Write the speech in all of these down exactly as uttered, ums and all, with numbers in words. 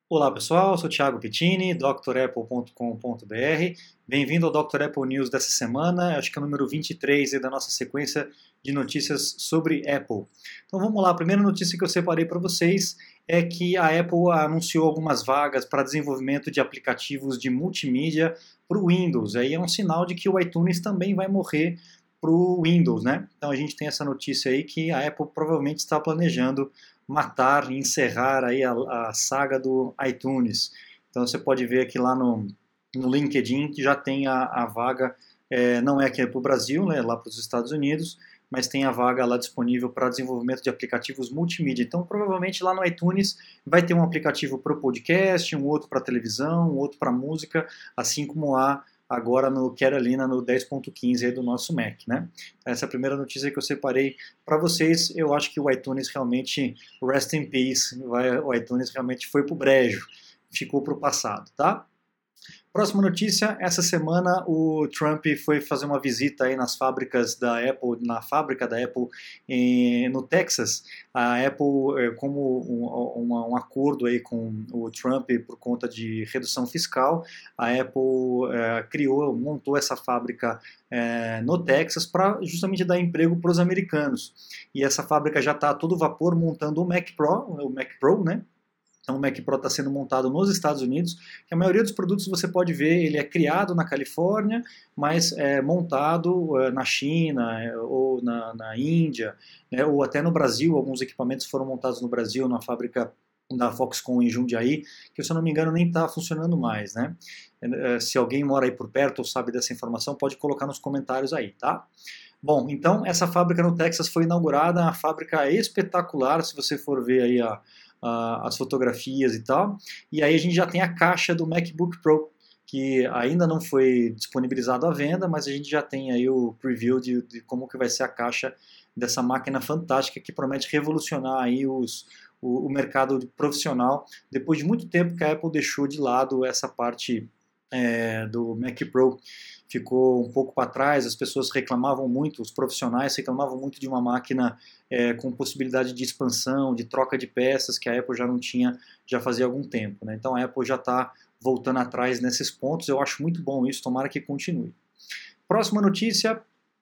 Olá pessoal, eu sou Thiago Pittini, doutor apple ponto com ponto b r. Bem-vindo ao doutor Apple News dessa semana, acho que é o número vinte e três da nossa sequência de notícias sobre Apple. Então vamos lá, a primeira notícia que eu separei para vocês é que a Apple anunciou algumas vagas para desenvolvimento de aplicativos de multimídia para o Windows. Aí é um sinal de que o iTunes também vai morrer para o Windows, né? Então a gente tem essa notícia aí que a Apple provavelmente está planejando matar e encerrar aí a, a saga do iTunes. Então você pode ver aqui lá no, no LinkedIn que já tem a, a vaga, é, não é aqui para o Brasil, né, lá para os Estados Unidos, mas tem a vaga lá disponível para desenvolvimento de aplicativos multimídia. Então provavelmente lá no iTunes vai ter um aplicativo para o podcast, um outro para televisão, um outro para música, assim como há agora no Carolina no dez ponto quinze do nosso Mac, né? Essa é a primeira notícia que eu separei para vocês. Eu acho que o iTunes realmente, rest in peace, vai, o iTunes realmente foi pro brejo, ficou pro passado, tá? Próxima notícia, essa semana o Trump foi fazer uma visita aí nas fábricas da Apple, na fábrica da Apple em, no Texas. A Apple, como um, um, um acordo aí com o Trump por conta de redução fiscal, a Apple é, criou, montou essa fábrica é, no Texas para justamente dar emprego para os americanos. E essa fábrica já está a todo vapor montando o Mac Pro, o Mac Pro, né? Então o Mac Pro está sendo montado nos Estados Unidos, que a maioria dos produtos você pode ver, ele é criado na Califórnia, mas é montado é, na China é, ou na, na Índia, né, ou até no Brasil. Alguns equipamentos foram montados no Brasil, na fábrica da Foxconn em Jundiaí, que se eu não me engano nem está funcionando mais, né? Se alguém mora aí por perto ou sabe dessa informação, pode colocar nos comentários aí, tá? Bom, então essa fábrica no Texas foi inaugurada, uma fábrica espetacular, se você for ver aí a Uh, as fotografias e tal, e aí a gente já tem a caixa do MacBook Pro, que ainda não foi disponibilizado à venda, mas a gente já tem aí o preview de, de como que vai ser a caixa dessa máquina fantástica que promete revolucionar aí os, o, o mercado profissional, depois de muito tempo que a Apple deixou de lado essa parte é, do Mac Pro. Ficou um pouco para trás, as pessoas reclamavam muito, os profissionais reclamavam muito de uma máquina é, com possibilidade de expansão, de troca de peças, que a Apple já não tinha, já fazia algum tempo, né? Então a Apple já está voltando atrás nesses pontos, eu acho muito bom isso, tomara que continue. Próxima notícia.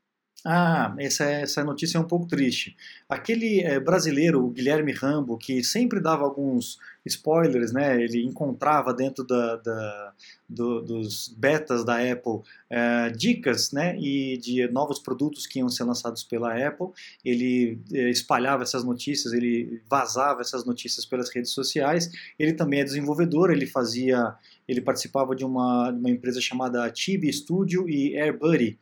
Ah, essa, essa notícia é um pouco triste. Aquele é, brasileiro, o Guilherme Rambo, que sempre dava alguns spoilers, né? Ele encontrava dentro da, da, do, dos betas da Apple é, dicas, né? E de novos produtos que iam ser lançados pela Apple. Ele é, espalhava essas notícias, ele vazava essas notícias pelas redes sociais. Ele também é desenvolvedor, ele fazia, ele participava de uma, de uma empresa chamada Chibi Studio e AirBuddy.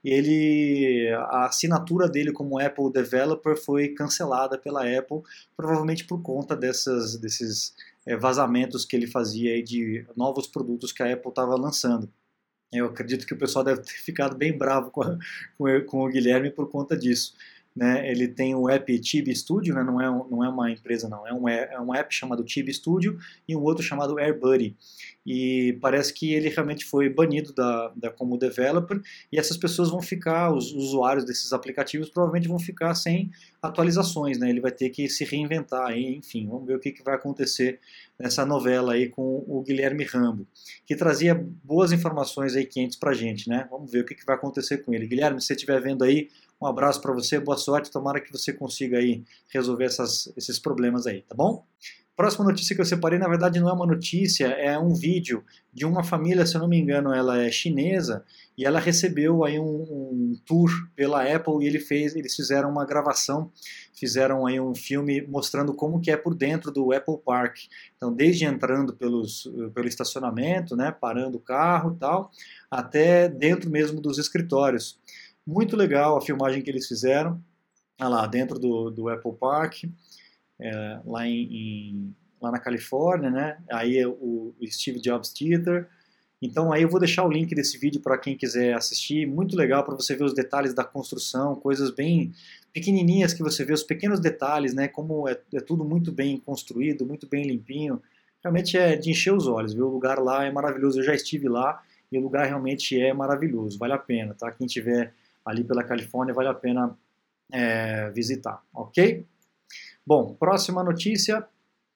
Ele, a assinatura dele como Apple Developer foi cancelada pela Apple, provavelmente por conta dessas, desses é, vazamentos que ele fazia aí de novos produtos que a Apple estava lançando. Eu acredito que o pessoal deve ter ficado bem bravo com, a, com, com o Guilherme por conta disso. Né, ele tem o app Chibi Studio, né, não, é, não é uma empresa não, é um, é um app chamado Chibi Studio e um outro chamado AirBuddy. E parece que ele realmente foi banido da, da, como developer, e essas pessoas vão ficar, os usuários desses aplicativos provavelmente vão ficar sem atualizações, né, ele vai ter que se reinventar, aí, enfim, vamos ver o que, que vai acontecer nessa novela aí com o Guilherme Rambo, que trazia boas informações aí quentes pra gente, né, vamos ver o que, que vai acontecer com ele. Guilherme, se você estiver vendo aí, um abraço para você, boa sorte, tomara que você consiga aí resolver essas, esses problemas aí, tá bom? Próxima notícia que eu separei, na verdade não é uma notícia, é um vídeo de uma família, se eu não me engano, ela é chinesa, e ela recebeu aí um, um tour pela Apple e ele fez, eles fizeram uma gravação, fizeram aí um filme mostrando como que é por dentro do Apple Park. Então, desde entrando pelos, pelo estacionamento, né, parando o carro e tal, até dentro mesmo dos escritórios. Muito legal a filmagem que eles fizeram, ah lá, dentro do, do Apple Park, é, lá, em, em, lá na Califórnia, né? Aí é o, o Steve Jobs Theater. Então aí eu vou deixar o link desse vídeo para quem quiser assistir, muito legal para você ver os detalhes da construção, coisas bem pequenininhas que você vê, os pequenos detalhes, né? Como é, é tudo muito bem construído, muito bem limpinho, realmente é de encher os olhos, viu? O lugar lá é maravilhoso, eu já estive lá e o lugar realmente é maravilhoso, vale a pena, tá? Quem tiver ali pela Califórnia, vale a pena é, visitar, ok? Bom, próxima notícia.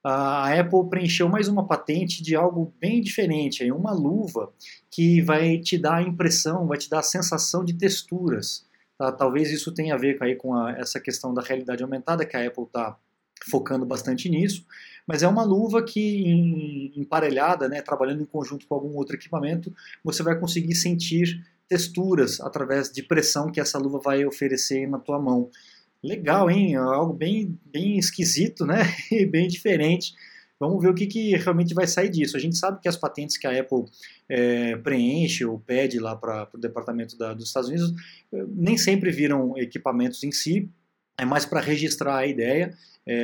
a Apple preencheu mais uma patente de algo bem diferente, uma luva que vai te dar a impressão, vai te dar a sensação de texturas. Tá? Talvez isso tenha a ver aí com a, essa questão da realidade aumentada, que a Apple está focando bastante nisso, mas é uma luva que, em, emparelhada, né, trabalhando em conjunto com algum outro equipamento, você vai conseguir sentir texturas através de pressão que essa luva vai oferecer na tua mão. Legal, hein? Algo bem, bem esquisito, né? E bem diferente. Vamos ver o que, que realmente vai sair disso. A gente sabe que as patentes que a Apple é, preenche ou pede lá para o departamento da, dos Estados Unidos nem sempre viram equipamentos em si, é mais para registrar a ideia,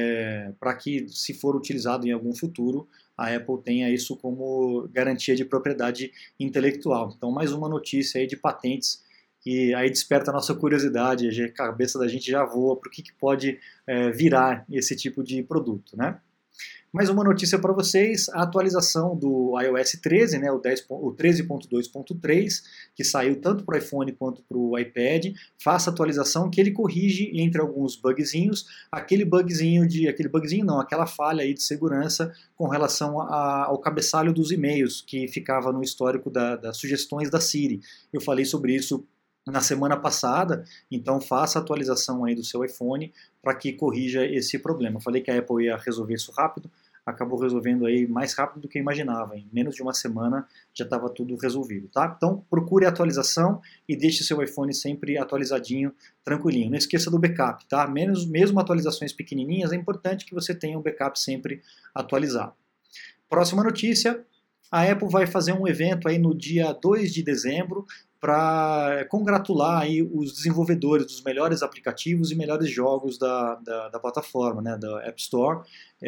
é, para que, se for utilizado em algum futuro, a Apple tenha isso como garantia de propriedade intelectual. Então, mais uma notícia aí de patentes que aí desperta a nossa curiosidade, a cabeça da gente já voa para o que, que pode é, virar esse tipo de produto, né? Mais uma notícia para vocês, a atualização do iOS treze, né, o, dez, o treze ponto dois ponto três, que saiu tanto para o iPhone quanto para o iPad, faça a atualização que ele corrige, entre alguns bugzinhos, aquele bugzinho de, aquele bugzinho não, aquela falha aí de segurança com relação a, ao cabeçalho dos e-mails, que ficava no histórico da, das sugestões da Siri. Eu falei sobre isso na semana passada, então faça a atualização aí do seu iPhone para que corrija esse problema. Eu falei que a Apple ia resolver isso rápido, acabou resolvendo aí mais rápido do que eu imaginava. Em menos de uma semana já estava tudo resolvido, tá? Então procure a atualização e deixe seu iPhone sempre atualizadinho, tranquilinho. Não esqueça do backup, tá? Menos, mesmo atualizações pequenininhas, é importante que você tenha o backup sempre atualizado. Próxima notícia, a Apple vai fazer um evento aí no dia dois de dezembro, para congratular aí os desenvolvedores dos melhores aplicativos e melhores jogos da, da, da plataforma, né, da App Store.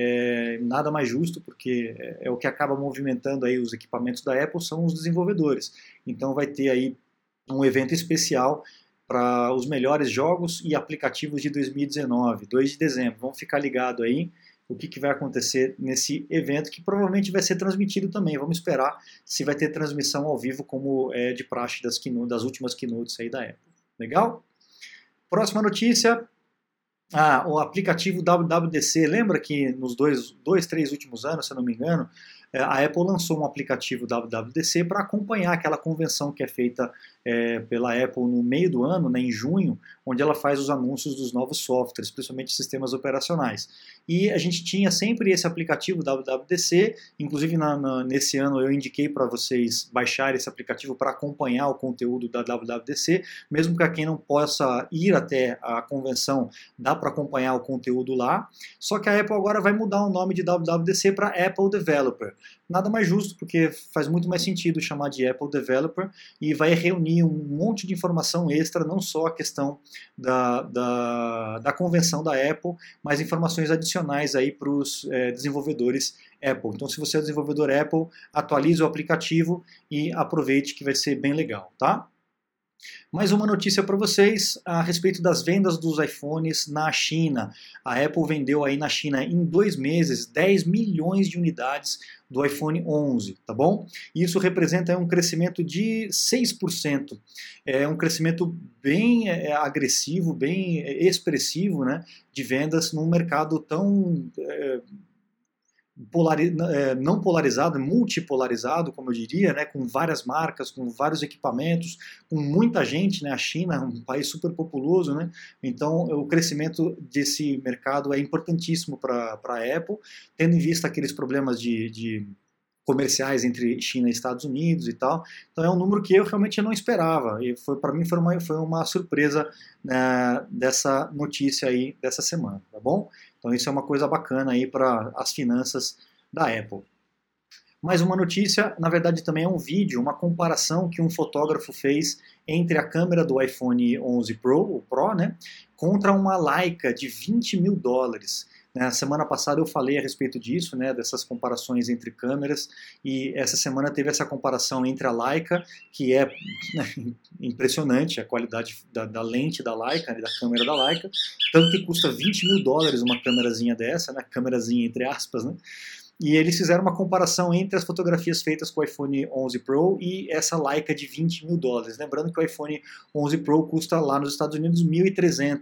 É, nada mais justo, porque é, é o que acaba movimentando aí os equipamentos da Apple, são os desenvolvedores. Então vai ter aí um evento especial para os melhores jogos e aplicativos de dois mil e dezenove, dois de dezembro. Vamos ficar ligado aí o que, que vai acontecer nesse evento, que provavelmente vai ser transmitido também. Vamos esperar se vai ter transmissão ao vivo, como é de praxe das, keynote, das últimas keynotes aí da Apple. Legal? Próxima notícia, ah, o aplicativo W W D C. Lembra que nos dois, dois, três últimos anos, se eu não me engano, a Apple lançou um aplicativo W W D C para acompanhar aquela convenção que é feita é, pela Apple no meio do ano, né, em junho, onde ela faz os anúncios dos novos softwares, principalmente sistemas operacionais. E a gente tinha sempre esse aplicativo W W D C, inclusive na, na, nesse ano eu indiquei para vocês baixar esse aplicativo para acompanhar o conteúdo da W W D C, mesmo para quem não possa ir até a convenção, dá para acompanhar o conteúdo lá. Só que a Apple agora vai mudar o nome de W W D C para Apple Developer. Nada mais justo, porque faz muito mais sentido chamar de Apple Developer, e vai reunir um monte de informação extra, não só a questão da, da, da convenção da Apple, mas informações adicionais aí para os é, desenvolvedores Apple. Então, se você é desenvolvedor Apple, atualize o aplicativo e aproveite, que vai ser bem legal, tá? Mais uma notícia para vocês a respeito das vendas dos iPhones na China. A Apple vendeu aí na China em dois meses dez milhões de unidades do iPhone onze, tá bom? Isso representa um crescimento de seis por cento. É um crescimento bem é, agressivo, bem expressivo, né, de vendas num mercado tão... É, Polari não polarizado, multipolarizado, como eu diria, né, com várias marcas, com vários equipamentos, com muita gente, né, a China é um país super populoso, né, então o crescimento desse mercado é importantíssimo para a Apple, tendo em vista aqueles problemas de, de comerciais entre China e Estados Unidos e tal. Então é um número que eu realmente não esperava, e foi, para mim foi uma, foi uma surpresa, né, dessa notícia aí dessa semana, tá bom? Então isso é uma coisa bacana aí para as finanças da Apple. Mais uma notícia, na verdade também é um vídeo, uma comparação que um fotógrafo fez entre a câmera do iPhone onze Pro, o Pro, né, contra uma Leica de vinte mil dólares. Na semana passada eu falei a respeito disso, né, dessas comparações entre câmeras, e essa semana teve essa comparação entre a Leica, que é impressionante, a qualidade da, da lente da Leica, da câmera da Leica, tanto que custa vinte mil dólares uma câmerazinha dessa, né, câmerazinha entre aspas, né, e eles fizeram uma comparação entre as fotografias feitas com o iPhone onze Pro e essa Leica de vinte mil dólares. Lembrando que o iPhone onze Pro custa lá nos Estados Unidos mil e trezentos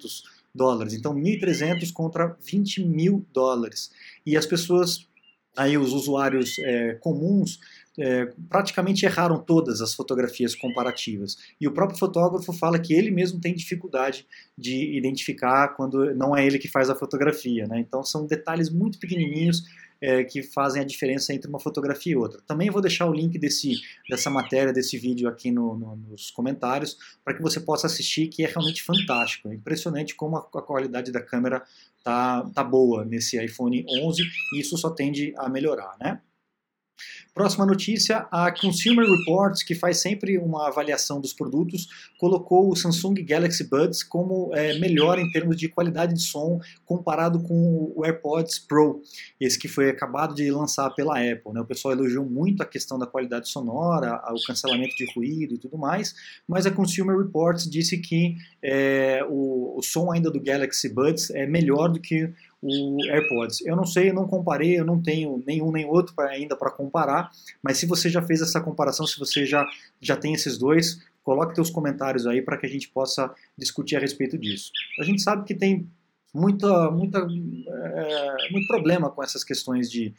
dólares. Então, mil e trezentos contra vinte mil dólares. E as pessoas, aí os usuários é, comuns, É, praticamente erraram todas as fotografias comparativas. E o próprio fotógrafo fala que ele mesmo tem dificuldade de identificar quando não é ele que faz a fotografia, né? Então são detalhes muito pequenininhos é, que fazem a diferença entre uma fotografia e outra. Também vou deixar o link desse, dessa matéria, desse vídeo aqui no, no, nos comentários, para que você possa assistir, que é realmente fantástico. É impressionante como a, a qualidade da câmera tá, tá boa nesse iPhone onze, e isso só tende a melhorar, né? Próxima notícia, a Consumer Reports, que faz sempre uma avaliação dos produtos, colocou o Samsung Galaxy Buds como é, melhor em termos de qualidade de som comparado com o AirPods Pro, esse que foi acabado de lançar pela Apple, né? O pessoal elogiou muito a questão da qualidade sonora, o cancelamento de ruído e tudo mais, mas a Consumer Reports disse que é, o, o som ainda do Galaxy Buds é melhor do que o AirPods. Eu não sei, eu não comparei, eu não tenho nenhum nem outro pra, ainda para comparar, mas se você já fez essa comparação, se você já, já tem esses dois, coloque seus comentários aí para que a gente possa discutir a respeito disso. A gente sabe que tem muita, muita, é, muito problema com essas questões de,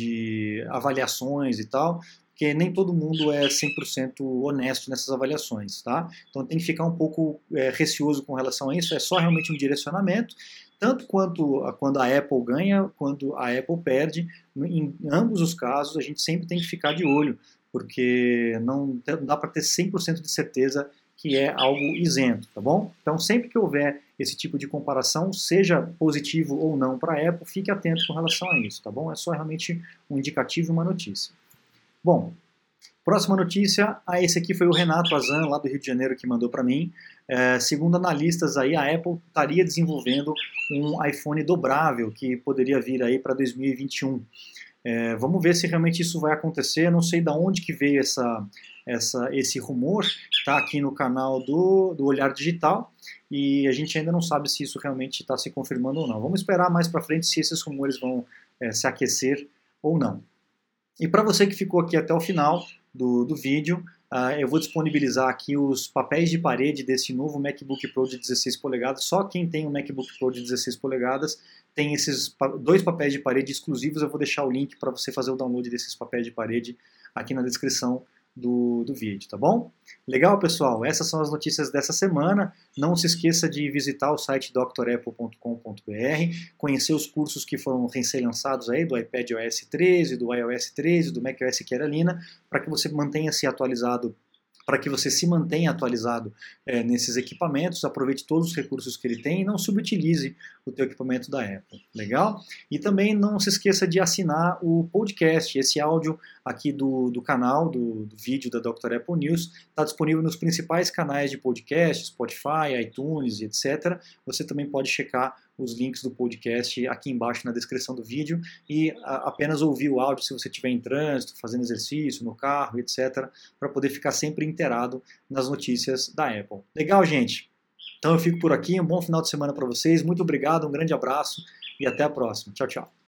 de avaliações e tal, porque nem todo mundo é cem por cento honesto nessas avaliações, tá? Então tem que ficar um pouco é, receoso com relação a isso, é só realmente um direcionamento, tanto quanto quando a Apple ganha, quando a Apple perde, em ambos os casos a gente sempre tem que ficar de olho, porque não dá para ter cem por cento de certeza que é algo isento, tá bom? Então sempre que houver esse tipo de comparação, seja positivo ou não para a Apple, fique atento com relação a isso, tá bom? É só realmente um indicativo e uma notícia. Bom, próxima notícia, ah, esse aqui foi o Renato Azan, lá do Rio de Janeiro, que mandou para mim. É, segundo analistas, aí, a Apple estaria desenvolvendo um iPhone dobrável, que poderia vir aí para dois mil e vinte e um. É, vamos ver se realmente isso vai acontecer. Eu não sei de onde que veio essa, essa, esse rumor, está aqui no canal do, do Olhar Digital, e a gente ainda não sabe se isso realmente está se confirmando ou não. Vamos esperar mais para frente se esses rumores vão é, se aquecer ou não. E para você que ficou aqui até o final do, do vídeo, uh, eu vou disponibilizar aqui os papéis de parede desse novo MacBook Pro de dezesseis polegadas. Só quem tem um MacBook Pro de dezesseis polegadas tem esses dois papéis de parede exclusivos. Eu vou deixar o link para você fazer o download desses papéis de parede aqui na descrição do, do vídeo, tá bom? Legal, pessoal? Essas são as notícias dessa semana. Não se esqueça de visitar o site doutor apple ponto com ponto b r, conhecer os cursos que foram recém-lançados aí do iPadOS treze, do iOS treze, do macOS Catalina, para que você mantenha-se atualizado, para que você se mantenha atualizado é, nesses equipamentos, aproveite todos os recursos que ele tem e não subutilize o teu equipamento da Apple, legal? E também não se esqueça de assinar o podcast, esse áudio aqui do, do canal, do, do vídeo da doutor Apple News, está disponível nos principais canais de podcast, Spotify, iTunes e etcétera. Você também pode checar os links do podcast aqui embaixo na descrição do vídeo e a, apenas ouvir o áudio se você estiver em trânsito, fazendo exercício, no carro, etcétera, para poder ficar sempre inteirado nas notícias da Apple. Legal, gente? Então eu fico por aqui, um bom final de semana para vocês, muito obrigado, um grande abraço e até a próxima. Tchau, tchau.